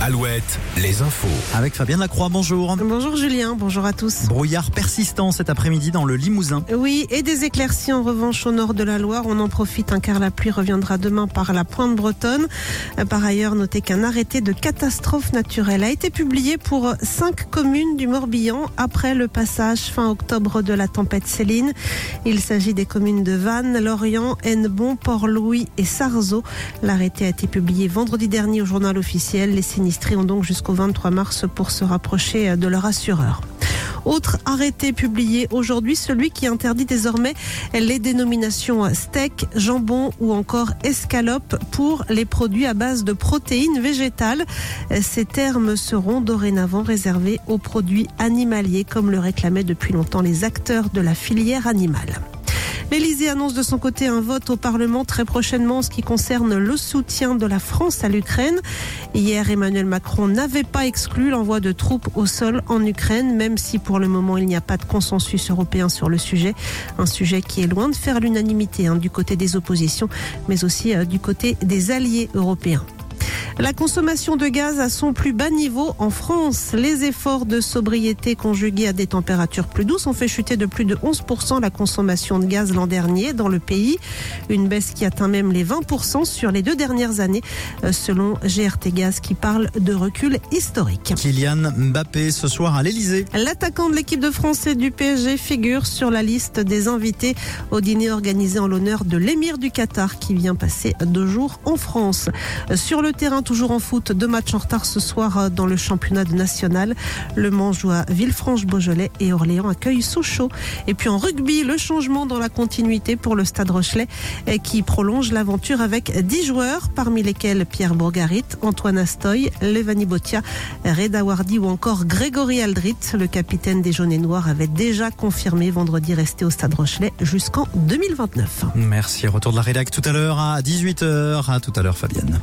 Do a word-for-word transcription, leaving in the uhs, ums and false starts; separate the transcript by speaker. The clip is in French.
Speaker 1: Alouette, les infos.
Speaker 2: Avec Fabienne Lacroix, bonjour.
Speaker 3: Bonjour Julien, bonjour à tous.
Speaker 2: Brouillard persistant cet après-midi dans le Limousin.
Speaker 3: Oui, et des éclaircies en revanche au nord de la Loire. On en profite hein, car la pluie reviendra demain par la pointe bretonne. Par ailleurs, notez qu'un arrêté de catastrophe naturelle a été publié pour cinq communes du Morbihan après le passage fin octobre de la tempête Céline. Il s'agit des communes de Vannes, Lorient, Hennebont, Port-Louis et Sarzeau. L'arrêté a été publié vendredi dernier au journal officiel. Les sinistrés ont donc jusqu'au vingt-trois mars pour se rapprocher de leur assureur. Autre arrêté publié aujourd'hui, celui qui interdit désormais les dénominations steak, jambon ou encore escalope pour les produits à base de protéines végétales. Ces termes seront dorénavant réservés aux produits animaliers, comme le réclamaient depuis longtemps les acteurs de la filière animale. L'Élysée annonce de son côté un vote au Parlement très prochainement en ce qui concerne le soutien de la France à l'Ukraine. Hier, Emmanuel Macron n'avait pas exclu l'envoi de troupes au sol en Ukraine, même si pour le moment il n'y a pas de consensus européen sur le sujet. Un sujet qui est loin de faire l'unanimité hein, du côté des oppositions, mais aussi euh, du côté des alliés européens. La consommation de gaz à son plus bas niveau en France. Les efforts de sobriété conjugués à des températures plus douces ont fait chuter de plus de onze pour cent la consommation de gaz l'an dernier dans le pays. Une baisse qui atteint même les vingt pour cent sur les deux dernières années, selon G R T Gaz qui parle de recul historique.
Speaker 2: Kylian Mbappé ce soir à l'Élysée.
Speaker 3: L'attaquant de l'équipe de France et du P S G figure sur la liste des invités au dîner organisé en l'honneur de l'émir du Qatar qui vient passer deux jours en France. Sur le terrain, toujours en foot, deux matchs en retard ce soir dans le championnat national. Le Mans joue à Villefranche-Beaujolais et Orléans accueille Sochaux. Et puis en rugby, le changement dans la continuité pour le Stade Rochelais qui prolonge l'aventure avec dix joueurs, parmi lesquels Pierre Bourgarit, Antoine Astoy, Levani Botia, Reda Wardi ou encore Grégory Aldrit. Le capitaine des Jaunes et Noirs avait déjà confirmé vendredi rester au Stade Rochelais jusqu'en deux mille vingt-neuf.
Speaker 2: Merci, retour de la rédac tout à l'heure à dix-huit heures. À tout à l'heure Fabienne.